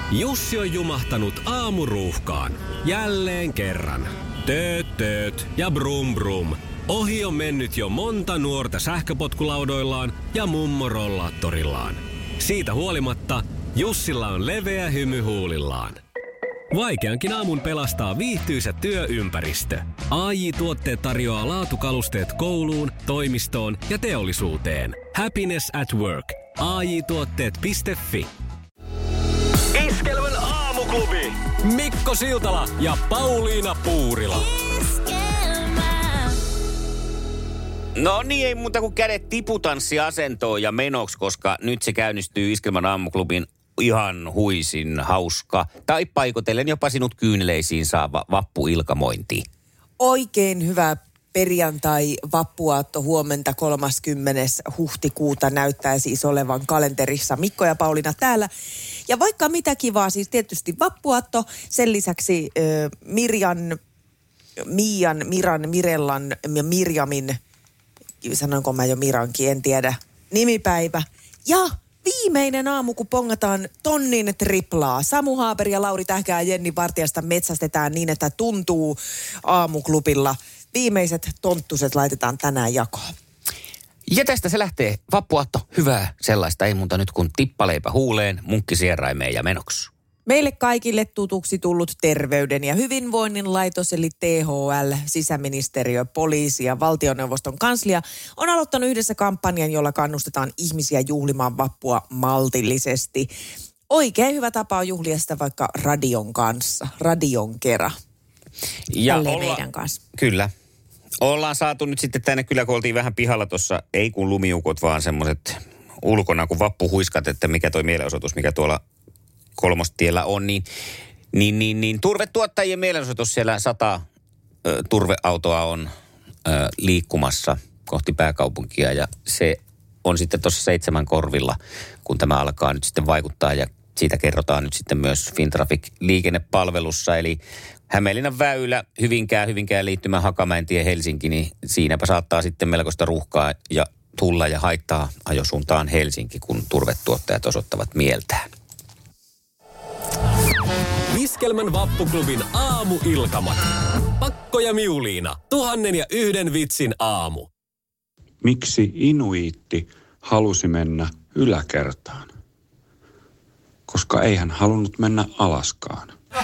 Jussi on jumahtanut aamuruuhkaan. Jälleen kerran. Tööt ja brum brum. Ohi on mennyt jo monta nuorta sähköpotkulaudoillaan ja mummorollaattorillaan. Siitä huolimatta Jussilla on leveä hymy huulillaan. Vaikeankin aamun pelastaa viihtyisä työympäristö. AJ-tuotteet tarjoaa laatukalusteet kouluun, toimistoon ja teollisuuteen. Happiness at work. AJ-tuotteet.fi. Iskelmän aamuklubi. Mikko Siltala ja Pauliina Puurila. No niin, ei muuta kuin kädet tiputanssiasentoon ja menoksi, koska nyt se käynnistyy Iskelmän aamuklubin ihan huisin hauska tai paikotellen jopa sinut kyyneleisiin saava vappuilkamointi. Oikein hyvää perjantai vappuaatto huomenta 30. huhtikuuta näyttää siis olevan kalenterissa. Mikko ja Pauliina täällä. Ja vaikka mitä kivaa, siis tietysti vappuaatto, sen lisäksi Miian, Mirellan ja Mirjamin, sanonko mä jo Mirankin, en tiedä, nimipäivä. Ja viimeinen aamu, kun pongataan tonnin triplaa. Samu Haaperi ja Lauri Tähkää ja Jenni Vartijasta metsästetään niin, että tuntuu aamuklubilla. Viimeiset tonttuset laitetaan tänään jakoon. Ja tästä se lähtee. Vappuaatto, hyvää sellaista. Ei muuta nyt kuin tippaleipä huuleen, munkki sieraimeen ja menoksi. Meille kaikille tutuksi tullut Terveyden ja hyvinvoinnin laitos, eli THL, sisäministeriö, poliisi ja valtioneuvoston kanslia on aloittanut yhdessä kampanjan, jolla kannustetaan ihmisiä juhlimaan vappua maltillisesti. Oikein hyvä tapa on juhlia sitä vaikka radion kanssa, radion kera. Ja meidän kanssa. Kyllä. Ollaan saatu nyt sitten tänne, kyllä kun oltiin vähän pihalla tuossa, ei kun lumiukot, vaan semmoiset ulkona kuin vappuhuiskat, että mikä toi mielenosoitus, mikä tuolla Kolmostiellä on, niin turvetuottajien mielenosoitus siellä 100 turveautoa on liikkumassa kohti pääkaupunkia ja se on sitten tuossa 7 korvilla, kun tämä alkaa nyt sitten vaikuttaa ja siitä kerrotaan nyt sitten myös Fintraffic liikennepalvelussa, eli Hämeenlinnan väylä, Hyvinkään liittymä Hakamäentie Helsinki, niin siinäpä saattaa sitten melkoista ruuhkaa ja tulla ja haittaa ajosuuntaan Helsinki, kun turvetuottajat osoittavat mieltään. Iskelmän vappuklubin aamuilkamat. Pakko ja Miuliina. 1001 vitsin aamu. Miksi inuiitti halusi mennä yläkertaan? Koska ei hän halunnut mennä Alaskaan.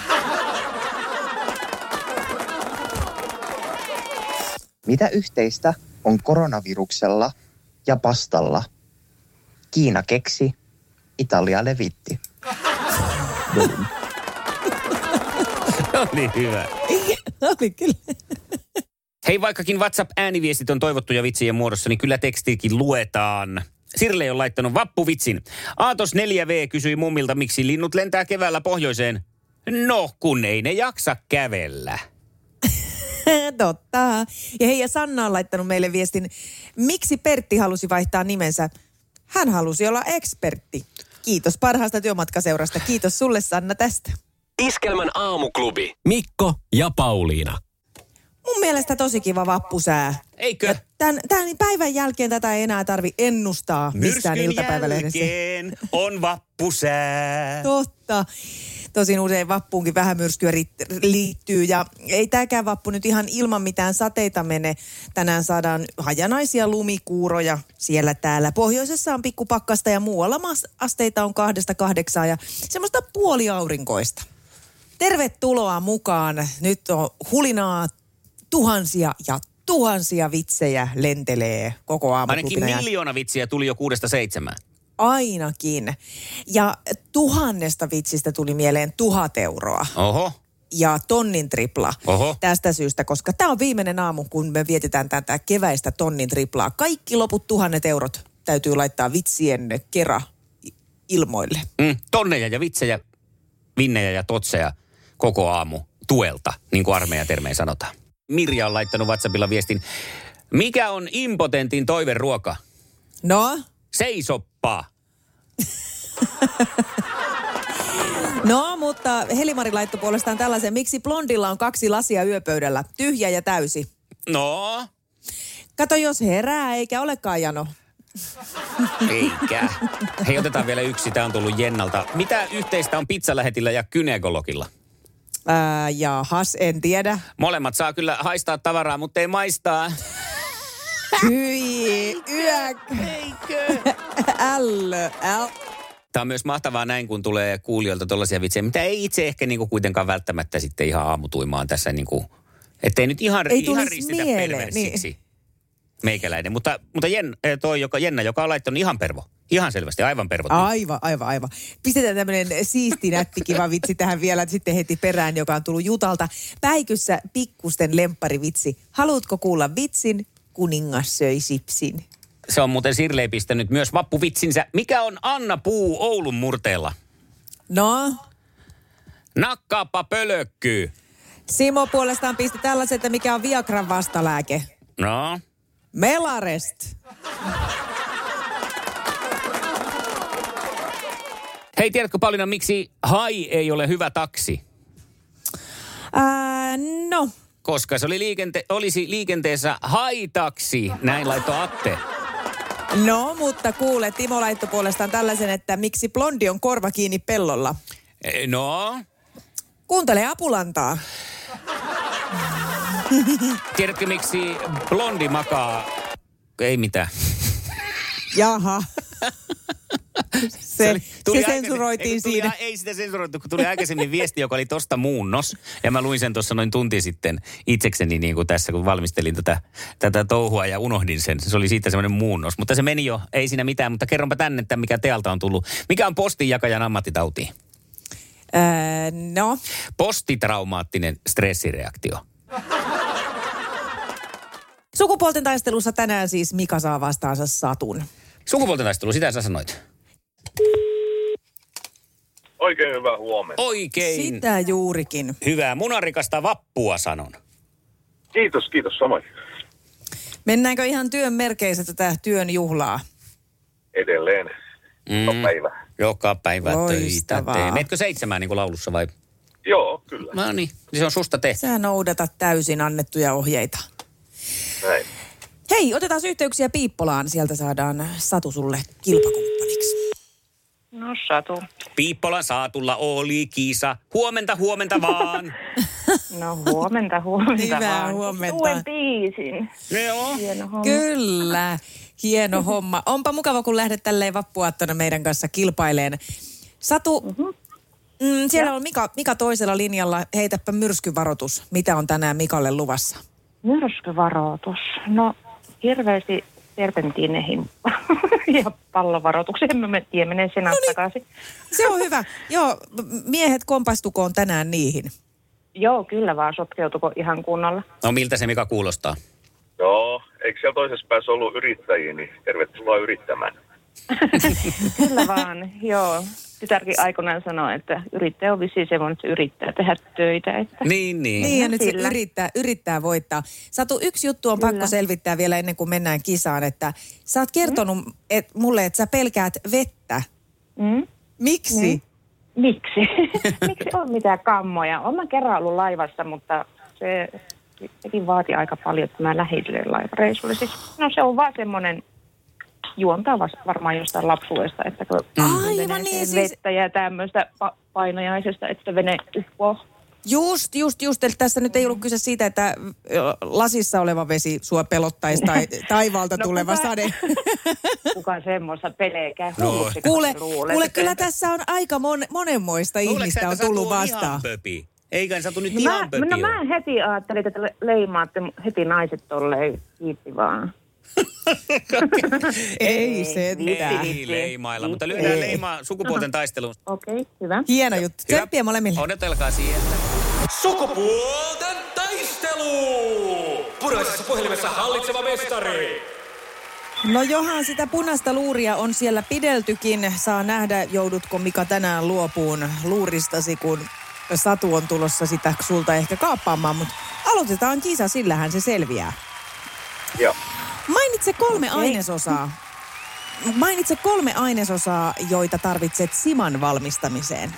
Mitä yhteistä on koronaviruksella ja pastalla? Kiina keksi, Italia levitti. Oli hyvä. Oli kyllä. Hei, vaikkakin WhatsApp-ääniviestit on toivottuja vitsien muodossa, niin kyllä tekstiikin luetaan. Sirle on laittanut vappuvitsin. Aatos 4V kysyi mummilta, miksi linnut lentää keväällä pohjoiseen. No, kun ei ne jaksa kävellä. Totta. Ja hei, ja Sanna on laittanut meille viestin, miksi Pertti halusi vaihtaa nimensä. Hän halusi olla ekspertti. Kiitos parhaasta työmatkaseurasta. Kiitos sulle, Sanna, tästä. Iskelmän aamuklubi. Mikko ja Pauliina. Mun mielestä tosi kiva vappusää. Eikö? Tän päivän jälkeen tätä ei enää tarvi ennustaa missään iltapäivälehdessä. Myrskyn jälkeen on vappusää. Totta. Tosin usein vappuunkin vähän myrskyä liittyy ja ei tääkään vappu nyt ihan ilman mitään sateita mene. Tänään saadaan hajanaisia lumikuuroja siellä täällä. Pohjoisessa on pikkupakkasta ja muualla asteita on 2-8 ja semmoista puoliaurinkoista. Tervetuloa mukaan. Nyt on hulinaa, tuhansia ja tuhansia vitsejä lentelee koko aamuklubina. Ainakin 1 000 000 vitsiä tuli jo 6-7. Ainakin. Ja 1000 vitsistä tuli mieleen 1000 euroa. Oho. Ja tonnin tripla. Oho. Tästä syystä, koska tämä on viimeinen aamu, kun me vietetään tätä keväistä tonnin triplaa. Kaikki loput 1000 eurot täytyy laittaa vitsien kera ilmoille. Tonneja ja vitsejä, vinnejä ja totseja koko aamu tuelta, niin kuin armeijatermein sanotaan. Mirja on laittanut WhatsAppilla viestin. Mikä on impotentin toiveruoka? No? Seisoppa. No, mutta Helimari laittoi puolestaan tällaisen. Miksi blondilla on 2 lasia yöpöydällä? Tyhjä ja täysi. No? Kato, jos herää eikä olekaan jano. Eikä. Hei, otetaan vielä yksi. Tämä on tullut Jennalta. Mitä yhteistä on pizzalähetillä ja gynekologilla? Jahas, en tiedä. Molemmat saa kyllä haistaa tavaraa, mutta ei maistaa. Hyi, eikö? Tämä on myös mahtavaa näin, kun tulee kuulijoilta tollaisia vitsejä, mitä ei itse ehkä niinku kuitenkaan välttämättä sitten ihan aamutuimaan tässä niinku, ettei nyt ihan ristitä perversiksi. Niin. Meikäläinen. Mutta Jenna, joka on laittanut ihan pervo. Ihan selvästi, aivan pervot. Aivan. Pistetään tämmöinen siisti, nätti, kiva vitsi tähän vielä sitten heti perään, joka on tullut Jutalta. Päikyssä pikkusten lempparivitsi. Haluatko kuulla vitsin? Kuningas söi sipsin. Se on muuten Sirle pistänyt myös vappuvitsinsä. Mikä on Anna Puu Oulun murteella? No? Nakkaappa pölökkyy. Simo puolestaan pisti tällaisen, että mikä on Viagran vastalääke? No? Melarest. Hei, tiedätkö Pauliina, miksi hai ei ole hyvä taksi? No. Koska se olisi liikenteessä haitaksi, näin laittoi Atte. No, mutta kuule, Timo laittoi puolestaan tällaisen, että miksi blondi on korva kiinni pellolla? No? Kuuntele Apulantaa. Tiedätkö, miksi blondi makaa? Ei mitään. Jaha. Se sensuroitiin siinä. Ei sitä sensuroitu, kun tuli aikaisemmin viesti, joka oli tosta muunnos. Ja mä luin sen tuossa noin tunti sitten itsekseni niin kuin tässä, kun valmistelin tätä touhua ja unohdin sen. Se oli siitä semmoinen muunnos. Mutta se meni jo, ei siinä mitään. Mutta kerronpa tänne, että mikä tealta on tullut. Mikä on postinjakajan ammattitauti? No? Postitraumaattinen stressireaktio. Sukupuolten taistelussa tänään siis Mika saa vastaansa Satun. Sukupuolten taistelu, sitä sä sanoit. Oikein hyvää huomenta. Oikein. Sitä juurikin. Hyvää munarikasta vappua sanon. Kiitos samoin. Mennäänkö ihan työn merkeissä tätä työn juhlaa? Edelleen. Joka päivä. Joka päivä Loistavaa. töitä tee. Meetkö 7 niin kuin laulussa vai? Joo, kyllä. No niin, se on susta tehty. Sä noudatat täysin annettuja ohjeita. Näin. Hei, otetaan yhteyksiä Piippolaan. Sieltä saadaan Satu sulle kilpakumppaniksi. No Satu. Piippolan Saatulla oli kisa. Huomenta vaan. No huomenta Hyvää vaan. huomenta. Uuden biisin. Joo. Hieno homma. Kyllä, hieno homma. Onpa mukava, kun lähdet tälleen vappuaattona meidän kanssa kilpaileen. Satu, siellä on Mika toisella linjalla. Heitäpä myrskyvaroitus. Mitä on tänään Mikalle luvassa? Myrskyvaroitus. No hirveästi serpentiineihin ja pallovaroituksia. En tiedä, menee sen takaisin. Se on hyvä. Joo, miehet kompastukoon tänään niihin. Joo, kyllä vaan. Sotkeutuko ihan kunnolla? No miltä se Mika kuulostaa? Joo, eikö siellä toisessa päässä ollut yrittäjiä, niin tervetuloa yrittämään. Kyllä vaan, joo. Tytärkin aikoinaan sanoi, että yrittäjä on vissiin semmoinen, että se yrittää tehdä töitä. Että... Niin. Niin, ja nyt se yrittää voittaa. Satu, yksi juttu on pakko selvittää vielä ennen kuin mennään kisaan, että sä oot kertonut mulle, että sä pelkäät vettä. Miksi? Miksi? Miksi on mitään kammoja? Olen mä kerran ollut laivassa, mutta sekin vaati aika paljon, että mä lähdin sille laivareissulle. Siis, no se on vaan semmoinen... Juontaa varmaan jostain lapsuudesta, että kun aivan niin, vettä ja tämmöistä painajaisesta, että vene uppoo. Just. Eli tässä nyt ei ollut kyse siitä, että lasissa oleva vesi sua pelottaisi tai taivaalta tuleva sade. Kuka semmoista peleekään? No. Kuule, kyllä tässä on aika monenmoista ihmistä on tullut vastaan. Eikä Satu nyt ihan pöpi No mä heti ajattelin, että leimaatte heti naiset tolleen kiitti vaan. Ei se mitään. Ei leimailla, mutta lyödään leimaa sukupuolten taisteluun. Okei, hyvä. Hieno juttu. Tsemppiä molemmille. Odotelkaa siihen. Sukupuolten taistelu! Punaisessa puhelimessa hallitseva mestari. No johan sitä punaista luuria on siellä pideltykin. Saa nähdä, joudutko Mika tänään luopuun luuristasi, kun Satu on tulossa sitä sulta ehkä kaappaamaan. Mutta aloitetaan kisa, sillähän se selviää. Joo. Mainitse 3 ainesosaa. Mainitse 3 ainesosaa, joita tarvitset siman valmistamiseen.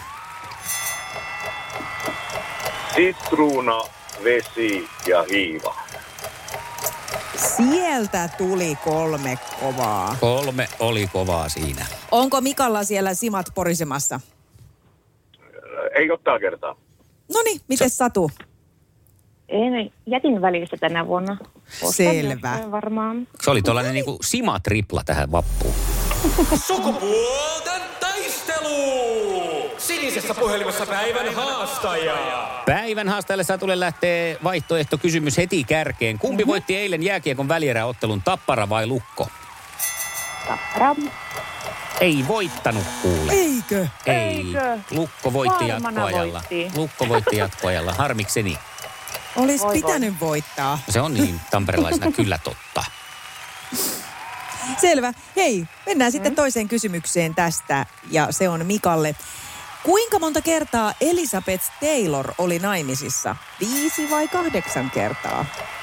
Sitruuna, vesi ja hiiva. Sieltä tuli 3 kovaa. 3 oli kovaa siinä. Onko Mikalla siellä simat porisemassa? Ei ole tällä kertaa. Noniin, miten Satu? En, jätin välistä tänä vuonna. Selvä. Jostain varmaan. Se oli tuollainen niinku simatripla tähän vappuun. Sukupuolten taistelu! Sinisessä puhelimessa päivän haastaja. Päivän haastajalle Satulle lähtee vaihtoehtokysymys heti kärkeen. Kumpi voitti eilen jääkiekon välieräottelun, Tappara vai Lukko? Tappara. Ei voittanut kuule. Eikö? Eikö? Lukko voitti Varmana jatkoajalla. voitti. Lukko voitti jatkoajalla. Harmikseni. Olisi Voi pitänyt voittaa. Se on niin tamperelaisena kyllä totta. Selvä. Hei, mennään sitten toiseen kysymykseen tästä, ja se on Mikalle. Kuinka monta kertaa Elizabeth Taylor oli naimisissa? 5 vai 8 kertaa?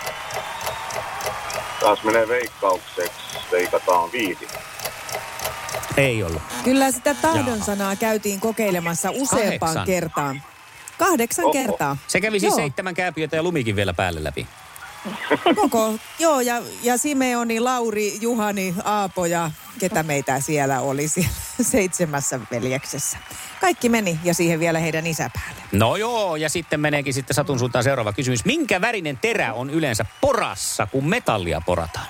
Taas menee veikkaukseksi. Veikataan 5. Ei ollut. Kyllä sitä tahdon sanaa käytiin kokeilemassa useampaan 8. kertaan. 8 Oho. kertaa. Se kävi siis Joo. 7 kääpiötä ja lumikin vielä päälle läpi. Koko, joo, ja Simeoni, Lauri, Juhani, Aapo ja ketä meitä siellä oli siellä 7 veljeksessä. Kaikki meni ja siihen vielä heidän isäpäälle. No joo, ja sitten meneekin sitten Satun suuntaan seuraava kysymys. Minkä värinen terä on yleensä porassa, kun metallia porataan?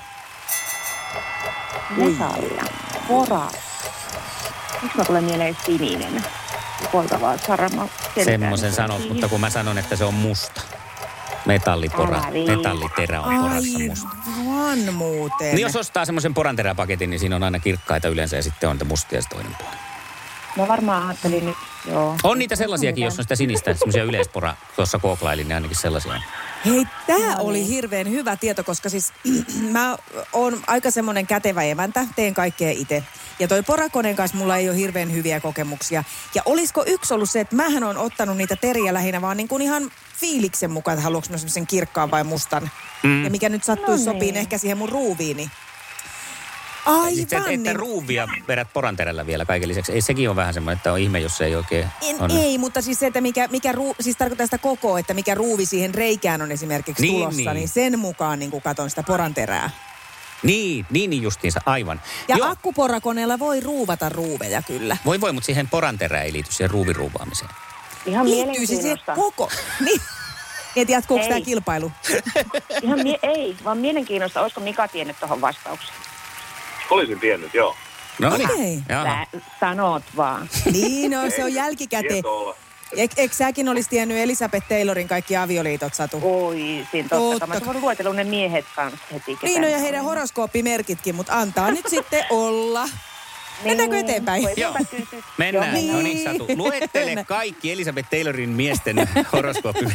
Metallia. Poras. Miksi mä tulee mieleen sininen? Poltavaa sarama. Semmoisen sanot, mutta kun mä sanon, että se on musta. Älä viittaa. Metalliterä on porassa musta. Aivan muuten. Niin jos ostaa semmoisen poranteräpaketin, niin siinä on aina kirkkaita yleensä ja sitten on mustia se toinen puoli. Mä varmaan ajattelin nyt, joo. On niitä sellaisiakin, jos on sitä sinistä, semmoisia yleispora tuossa kooklailin, niin ainakin sellaisia on. Hei, tää oli hirveän hyvä tieto, koska siis mä oon aika semmoinen kätevä emäntä, teen kaikkea itse. Ja toi porakoneen kanssa mulla ei ole hirveän hyviä kokemuksia. Ja olisiko yksi ollut se, että mähän on ottanut niitä teriä lähinnä vaan niin kuin ihan fiiliksen mukaan, että haluanko mä semmoisen kirkkaan vai mustan. Ja mikä nyt sattuu sopii ehkä siihen mun ruuviini. Sitten Aivan. että ruuvia vedät poranterällä vielä kaiken lisäksi. Ei, sekin on vähän semmoinen, että on ihme, jos se ei oikein Ei, mutta siis se, että siis tarkoittaa sitä koko, että mikä ruuvi siihen reikään on esimerkiksi tulossa, niin sen mukaan niin katon sitä poranterää. Niin justiinsa, aivan. Ja Joo. akkuporakoneella voi ruuvata ruuveja kyllä. Voi, mutta siihen poranterään ei liity siihen ruuviruuvaamiseen. Ihan Liittyy se siihen mielenkiinnosta. koko. Niin. Et jatkuuko Ei. tämä kilpailu? Ihan ei, vaan mielenkiinnosta. Olisiko Mika tiennyt tuohon vastauksen? Olisin tiennyt, joo. No Okei. niin. Jaha. Sä sanot vaan. Niin, no se on jälkikäteen. Tieto olla. Eikö säkin olisi tiennyt Elizabeth Taylorin kaikki avioliitot, Satu? Oi, siinä totta. Mä voin luetella ne miehet kanssa heti. Niin, no ja heidän horoskooppimerkitkin, mutta antaa nyt sitten olla. Mennäänkö eteenpäin? Joo. Mennään. Joo. No niin, Satu. Luettele kaikki Elizabeth Taylorin miesten horoskooppi.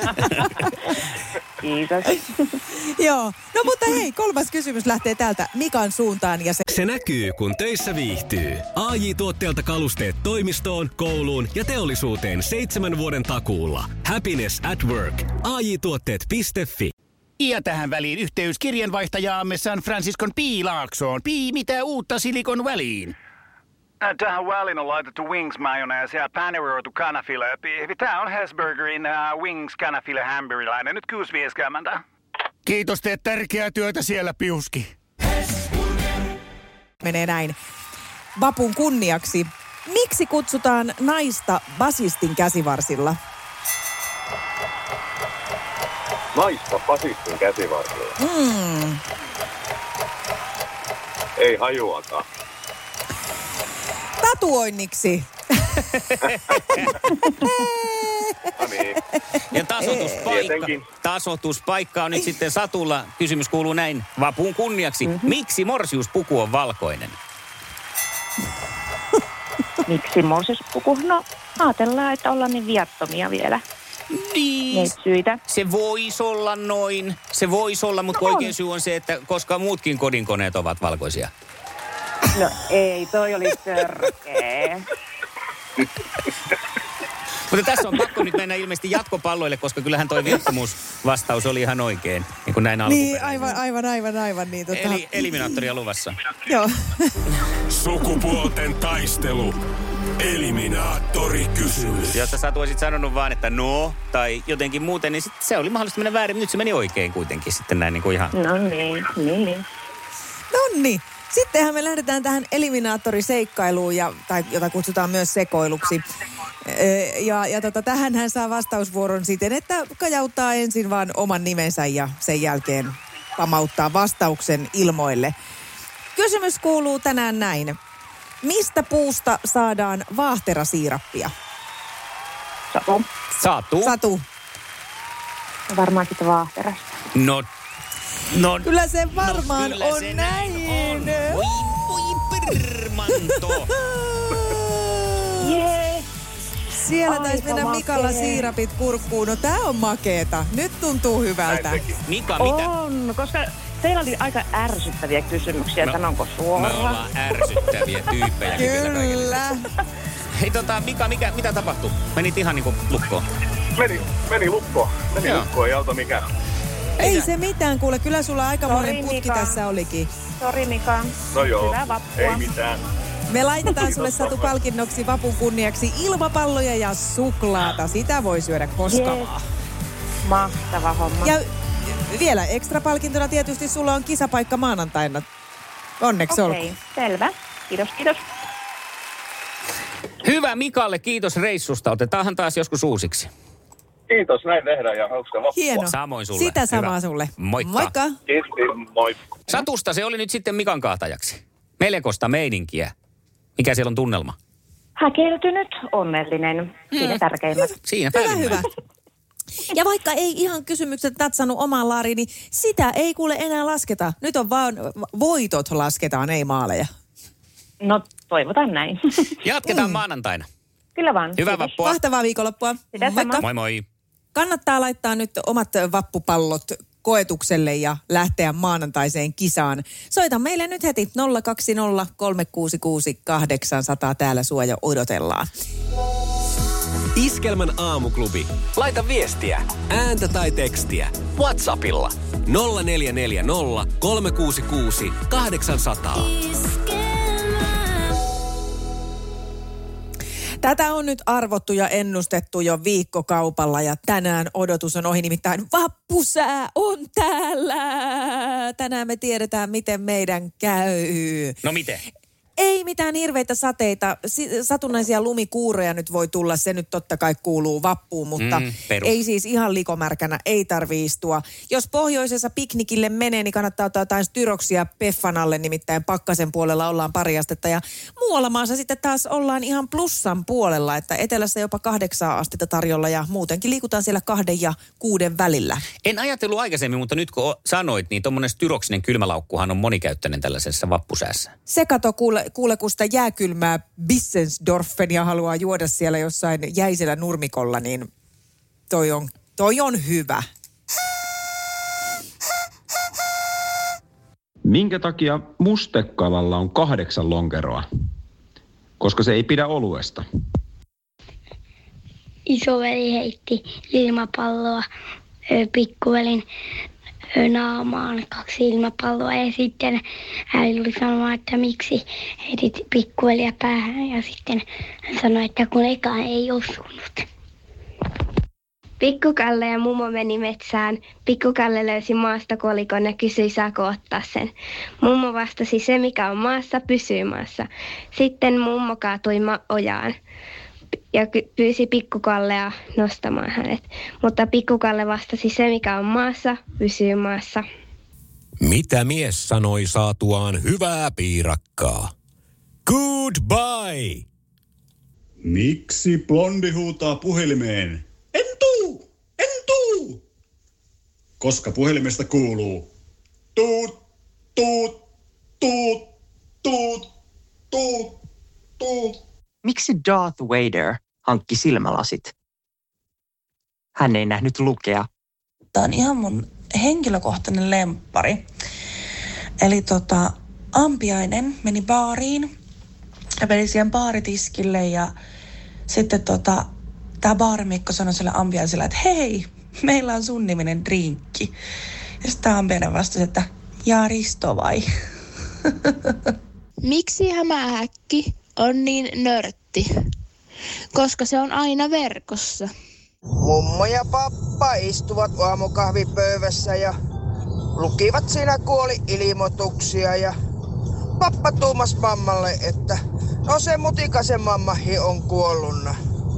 Kiitos. Joo. No mutta hei, 3. kysymys lähtee täältä Mikan suuntaan ja Se näkyy, kun töissä viihtyy. AJ-tuotteelta kalusteet toimistoon, kouluun ja teollisuuteen 7 vuoden takuulla. Happiness at work. AJ-tuotteet.fi. Ja tähän väliin yhteys kirjanvaihtajaamme San Franciscon Piilaaksoon. Mitä uutta Silikon väliin? Tähän väliin on laitettu wings mayonnaise ja paneroitu kanafila. Tämä on Hesburgerin wings kanafila hamburilainen. Nyt 6.50. Kiitos, teet tärkeää työtä siellä, Piuski. menee näin. Vapun kunniaksi. Miksi kutsutaan naista basistin käsivarsilla? Naista basistin käsivarsilla. Ei hajuakaan. Tatuoinniksi. No niin. Ja tasoituspaikka on nyt sitten Satulla. Kysymys kuuluu näin vapun kunniaksi. Miksi morsiuspuku on valkoinen? Miksi morsiuspuku? No, ajatellaan, että ollaan niin viattomia vielä. Niin. Neitsyitä. Se voisi olla noin. Se voisi olla, mutta oikein syy on se, että koska muutkin kodinkoneet ovat valkoisia. No ei, toi oli törkeä. Mutta tässä on pakko nyt mennä ilmeisesti jatkopalloille, koska kyllähän toi viattomuusvastaus oli ihan oikein. Niin kuin näin Niin, alkuperäinen. aivan. Niin, Eli eliminaattoria luvassa. Joo. Sukupuolten taistelu. Eliminaattori-kysymys. Jos sä Satu olisit sanonut vaan, että no, tai jotenkin muuten, niin sit se oli mahdollista mennä väärin. Nyt se meni oikein kuitenkin sitten näin niin kuin ihan. No niin. Nonni. Sittenhän me lähdetään tähän eliminaattoriseikkailuun, tai jota kutsutaan myös sekoiluksi. Tähän hän saa vastausvuoron siten, että kajauttaa ensin vaan oman nimensä ja sen jälkeen pamauttaa vastauksen ilmoille. Kysymys kuuluu tänään näin. Mistä puusta saadaan vaahterasiirappia? Satu. Varmaan sitten vaahterasta. No. Kyllä se varmaan kyllä on se näin. Voi permanto. Jee. Siellä taisi mennä Mikalla siirapit kurkkuun. No tää on makeeta. Nyt tuntuu hyvältä. Mika, mitä? On, koska teillä oli aika ärsyttäviä kysymyksiä, sanonko suoraan. Me ollaan ärsyttäviä tyyppejä. Kyllä. Hei Mika, mitä tapahtui? Menit ihan niinku lukkoon? Meni lukkoon. Ei auta mikään. Ei se mitään, kuule. Kyllä sulla aikamoinen putki Mika. tässä olikin. Sori Mika. No joo, Hyvää vappua. ei mitään. Me laitetaan sulle Satu palkinnoksi vapun kunniaksi ilmapalloja ja suklaata. Sitä voi syödä koska vaan. Mahtava homma. Ja vielä ekstra palkintona tietysti sulla on kisapaikka maanantaina. Onneksi olkoon. Okei, selvä. Kiitos. Hyvä Mikalle, kiitos reissusta. Otetaanhan taas joskus uusiksi. Kiitos, näin tehdään ja hauska vappua. Hienoa. Samoin sulle. Sitä samaa Hyvä. sulle. Moikka. Kiitos, moi. Satusta se oli nyt sitten Mikan kahtajaksi. Melkoista meininkiä. Mikä siellä on tunnelma? Häkeltynyt, onnellinen. Siinä tärkeimmät. Siinä Hyvä. Ja vaikka ei ihan kysymykset natsannut omaan laariin, niin sitä ei kuule enää lasketa. Nyt on vaan voitot lasketaan, ei maaleja. No, toivotaan näin. Jatketaan maanantaina. Kyllä vaan. Hyvää vappua. Mahtavaa viikonloppua. Moikka. Moi. Kannattaa laittaa nyt omat vappupallot koetukselle ja lähteä maanantaiseen kisaan. Soita meille nyt heti 020 366 800. Täällä sua jo odotellaan. Iskelmän aamuklubi. Laita viestiä, ääntä tai tekstiä. WhatsAppilla 0440 366 800. Tätä on nyt arvottu ja ennustettu jo viikkokaupalla ja tänään odotus on ohi, nimittäin vappusää on täällä. Tänään me tiedetään, miten meidän käy. No miten? Ei mitään hirveitä sateita. Satunnaisia lumikuuroja nyt voi tulla. Se nyt totta kai kuuluu vappuun, mutta ei siis ihan likomärkänä. Ei tarvitse istua. Jos pohjoisessa piknikille menee, niin kannattaa ottaa jotain styroksia peffan alle. Nimittäin pakkasen puolella ollaan pari astetta. Ja muualla maassa sitten taas ollaan ihan plussan puolella. Että etelässä jopa 8 astetta tarjolla ja muutenkin liikutaan siellä 2 ja 6 välillä. En ajatellut aikaisemmin, mutta nyt kun sanoit, niin tuommoinen styroksinen kylmälaukkuhan on monikäyttöinen tällaisessa vappusäässä. Se kato kuule, kun sitä jääkylmää Bissensdorfenia haluaa juoda siellä jossain jäisellä nurmikolla, niin toi on hyvä. Minkä takia mustekalalla on 8 lonkeroa? Koska se ei pidä oluesta. Isoveli heitti ilmapalloa pikkuvelin naamaan 2 ilmapalloa ja sitten hän tuli sanomaan, että miksi heitit pikkuveliä päähän ja sitten hän sanoi, että kun eka ei osunut. Pikkukalle ja mummo meni metsään. Pikkukalle löysi maasta kolikon ja kysyi, saako ottaa sen. Mummo vastasi, se mikä on maassa pysyy maassa. Sitten mummo kaatui ojaan ja pyysi Pikkukallea nostamaan hänet. Mutta Pikkukalle vastasi, se mikä on maassa pysyy maassa. Mitä mies sanoi saatuaan hyvää piirakkaa? Goodbye! Miksi blondi huutaa puhelimeen? En tuu! Koska puhelimesta kuuluu tuut, tuut, tuut, tuut, tuut, tuut. Miksi Darth Vader hankki silmälasit? Hän ei nähnyt lukea. Tämä on ihan mun henkilökohtainen lemppari. Eli ampiainen meni baariin ja meni siihen baaritiskille ja sitten tämä baarimikko sanoi sille ampiaiselle, että hei, meillä on sun niminen drinkki. Ja sitten ampiainen vastasi, että jaa Risto vai? Miksi hämähäkki on niin nörtti? netti, koska se on aina verkossa. Mummo ja pappa istuvat aamukahvipöydässä ja lukivat siinä kuoli-ilmoituksia ja pappa tuumas mammalle, että no se mutikasen mammahi on kuolluna.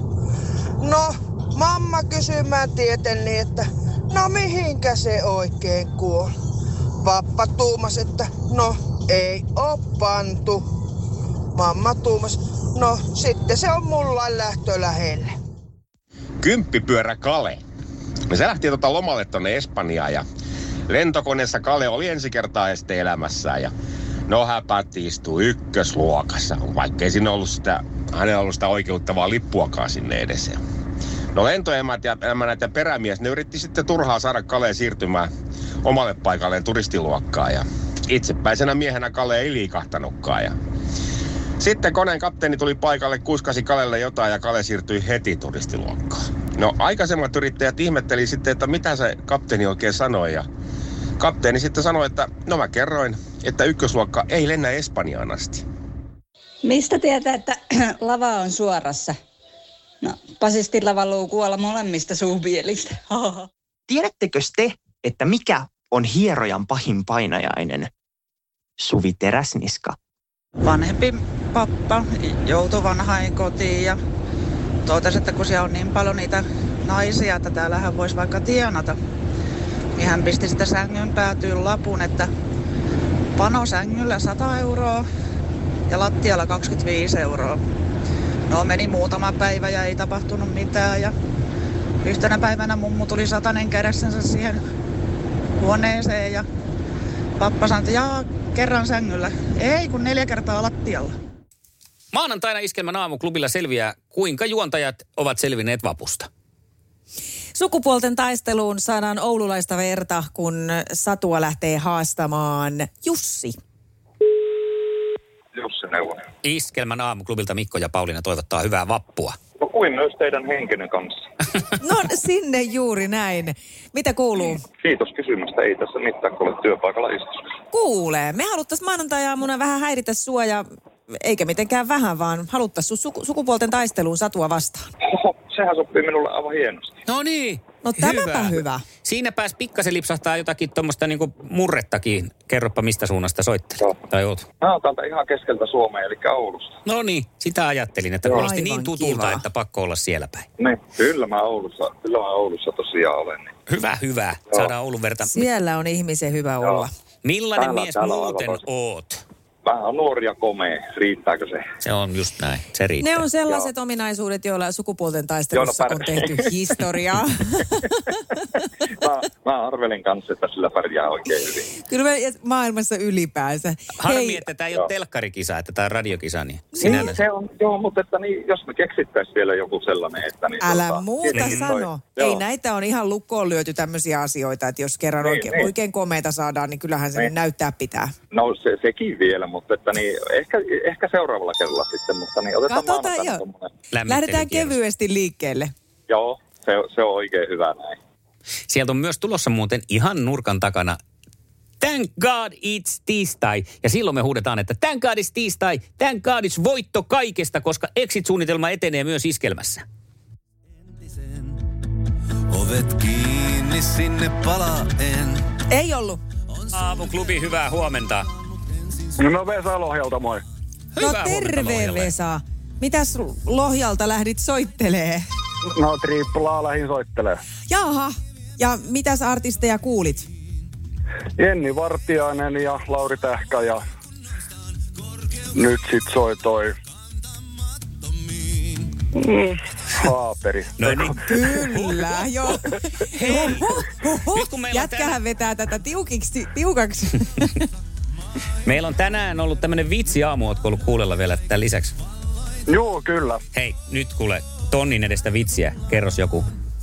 No, mamma kysymään tietenkin, että no mihinkä se oikein kuoli. Pappa tuumas, että no ei oo pantu. Mamma tuumas, no sitten se on mulla lähtö lähelle. Kymppipyörä Kale. Se lähti lomalle tonne Espanjaan ja lentokoneessa Kale oli ensi kertaa sitten elämässään ja no hän päätti istua ykkösluokassa, vaikkei siinä hänellä ollut sitä oikeuttavaa lippuakaan sinne edes. No lentoemät ja perämies, ne yritti sitten turhaa saada Kaleen siirtymään omalle paikalleen turistiluokkaan ja itsepäisenä miehenä Kale ei liikahtanutkaan ja sitten koneen kapteeni tuli paikalle, kuiskasi Kalelle jotain ja Kale siirtyi heti turistiluokkaan. No aikaisemmat yrittäjät ihmetteli sitten, että mitä se kapteeni oikein sanoi ja kapteeni sitten sanoi, että no mä kerroin, että ykkösluokka ei lennä Espanjaan asti. Mistä tietää, että lava on suorassa? No, pasistilla valuu kuolla molemmista suupielistä. Tiedättekö te, että mikä on hierojan pahin painajainen? Suvi Teräsniska. Vanhempi pappa joutui vanhainkotiin ja totesi, että kun siellä on niin paljon niitä naisia, että täällähän voisi vaikka tienata, niin hän pisti sitä sängyn päätyyn lapun, että panosängyllä 100 euroa ja lattialla 25 euroa. No meni muutama päivä ja ei tapahtunut mitään ja yhtenä päivänä mummu tuli 100 kädessänsä siihen huoneeseen ja pappa sanoi, että jaa, kerran sängyllä. Ei, kun 4 kertaa lattialla. Maanantaina Iskelmän aamuklubilla selviää, kuinka juontajat ovat selvinneet vapusta. Sukupuolten taisteluun saadaan oululaista verta, kun Satua lähtee haastamaan Jussi. Jussi Neuvonen. Iskelmän aamuklubilta Mikko ja Pauliina toivottaa hyvää vappua. No kuin myös teidän henkinen kanssa. No sinne juuri näin. Mitä kuuluu? Kiitos kysymästä. Ei tässä mitään, kun olet työpaikalla istuskassa. Kuulee. Me haluttaisiin maanantai-aamuna vähän häiritä sua ja eikä mitenkään vähän, vaan haluttaisiin sukupuolten taisteluun Satua vastaan. Oho, sehän sopii minulle aivan hienosti. No niin. No tämäpä hyvä. Siinä pääsi pikkasen lipsahtaa jotakin tuommoista niinku murrettakin. Kerropa mistä suunnasta soittelet. Tai oot. Mä oon täältä ihan keskeltä Suomea, eli Oulusta. No niin, sitä ajattelin, että kuulosti niin tutulta, kiva. Että pakko olla siellä päin. Niin, kyllä mä Oulussa tosiaan olen. Niin. Hyvä. Saadaan Oulun verta. Siellä on ihmisen hyvä olla. Millainen mies muuten oot? Vähän on nuori ja komea. Riittääkö se? Se on just näin. Se riittää. Ne on sellaiset ominaisuudet, joilla sukupuolten taistelussa on tehty historiaa. Mä arvelin kanssa, että sillä pärjää oikein hyvin. Kyllä maailmassa ylipäänsä. Harmi, että tämä ei ole telkkarikisa, että tämä on radiokisa. Niin se on, mutta että niin, jos me keksittäisiin vielä joku sellainen, että niin... Älä muuta sano. Ei näitä on ihan lukkoon lyöty tämmöisiä asioita, että jos kerran oikein komeita saadaan, niin kyllähän se näyttää pitää. No sekin vielä, mutta että niin, ehkä seuraavalla kerralla sitten, mutta niin otetaan maanantaina tommoinen. Lähdetään kevyesti liikkeelle. Joo, se on oikein hyvä näin. Sieltä on myös tulossa muuten ihan nurkan takana Thank God it's tiistai. Ja silloin me huudetaan, että thank God it's tiistai, thank God it's voitto kaikesta, koska exit-suunnitelma etenee myös Iskelmässä. Ovet kiinni sinne palaen. Ei ollut. Aamuklubi, hyvää huomenta. No Vesa Lohjalta, moi. Hyvää terve Vesa. Mitäs Lohjalta lähdit soittelee? No triplaa lähdin soittelee. Jaha. Ja mitäs artisteja kuulit? Jenni Vartiainen ja Lauri Tähkä ja nyt sit soi toi Haaperi. No niin. Kyllä, joo. Hei. Jätkähän vetää tätä tiukaksi. Meillä on tänään ollut tämmönen vitsi aamu, ootko ollut kuulella vielä tämän lisäksi? Joo, kyllä. Hei, nyt kuule tonnin edestä vitsiä. Kerros joku.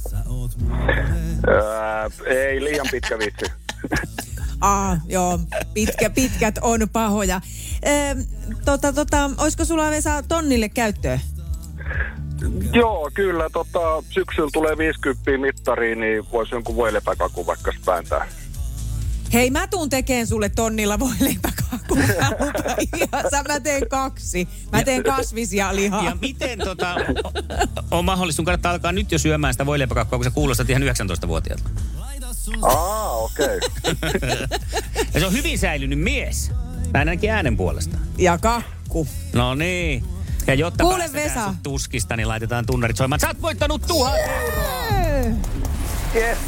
Ei, liian pitkä vitsi. Joo, pitkät on pahoja. Olisiko sulla Vesa tonnille käyttöä? Joo, kyllä. Syksyllä tulee 50 mittariin, niin voisi jonkun voileipäkakun vaikka vääntää. Hei, mä tuun tekemään sulle tonnilla voileipäkakun. Mä teen 2. Mä teen kasvisia lihaa. Ja miten on mahdollista, sun kannattaa alkaa nyt jo syömään sitä voileipäkakkua, kun sä kuulostat ihan 19-vuotiaalta. Okei. Ja se on hyvin säilynyt mies. Näin ainakin äänen puolesta. Ja kakku. No niin. Ja jotta kuule, päästetään Vesa sut tuskista, niin laitetaan tunnarit soimaan. Sä oot voittanut 1 000 euroa. Yes.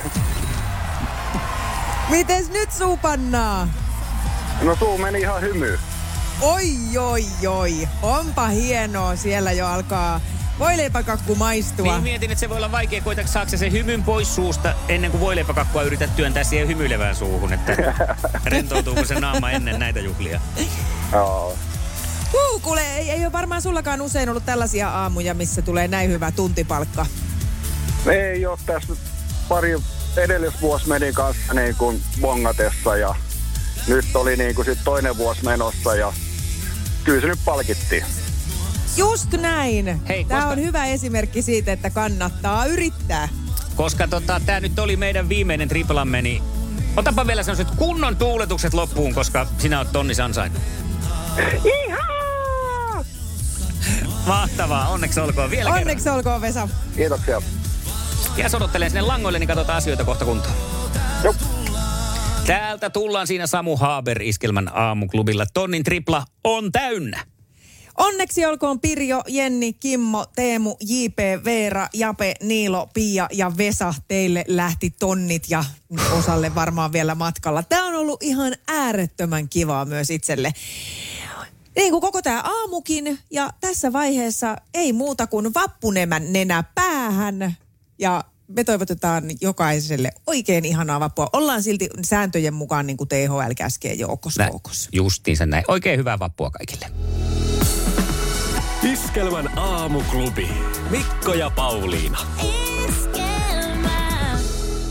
Mites nyt suu pannaa? No suu meni ihan hymyyn. Oi. Onpa hienoa. Siellä jo alkaa voileipäkakku maistua. Niin mietin, että se voi olla vaikea, koitako saako se hymyn pois suusta ennen kuin voileipäkakkua yrität työntää siihen hymyilevään suuhun, että rentoutuuko se naama ennen näitä juhlia. Kuule, ei ole varmaan sullakaan usein ollut tällaisia aamuja, missä tulee näin hyvä tuntipalkka. Ei ole tässä pari edellisvuosi meni kanssa niin kuin bongatessa ja nyt oli niin kuin sit toinen vuosi menossa ja kyllä se nyt palkittiin. Just näin. Hei, tää on hyvä esimerkki siitä, että kannattaa yrittää. Koska tää nyt oli meidän viimeinen triplamme, niin otapa vielä sellaiset kunnon tuuletukset loppuun, koska sinä oot tonnis ansainnut. Ihaa! Mahtavaa, onneksi olkoon vielä kerran. Onneksi olkoon, Vesa. Kiitoksia. Ja odottelen sinne langoille, niin katsotaan asioita kohta kuntoon. Jop. Täältä tullaan siinä Samu Haber Iskelmän aamuklubilla. Tonnin tripla on täynnä. Onneksi olkoon Pirjo, Jenni, Kimmo, Teemu, JP, Veera, Jape, Niilo, Pia ja Vesa. Teille lähti tonnit ja osalle varmaan vielä matkalla. Tämä on ollut ihan äärettömän kivaa myös itselle. Niin kuin koko tämä aamukin ja tässä vaiheessa ei muuta kuin vappunemän nenä päähän ja me toivotetaan jokaiselle oikein ihanaa vappua. Ollaan silti sääntöjen mukaan niin kuin THL käskee joukossa. Justiinsa näin. Oikein hyvää vappua kaikille. Iskelmän aamuklubi. Mikko ja Pauliina. Iskelmä.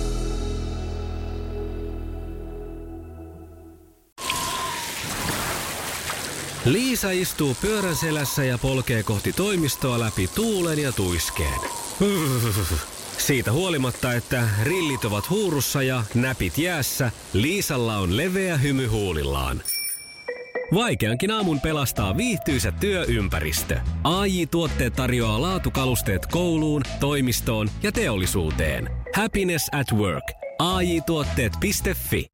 Liisa istuu pyörän selässä ja polkee kohti toimistoa läpi tuulen ja tuiskeen. Siitä huolimatta, että rillit ovat huurussa ja näpit jäässä, Liisalla on leveä hymy huulillaan. Vaikeankin aamun pelastaa viihtyisä työympäristö. AJ-tuotteet tarjoaa laatukalusteet kouluun, toimistoon ja teollisuuteen. Happiness at work. AJ-tuotteet.fi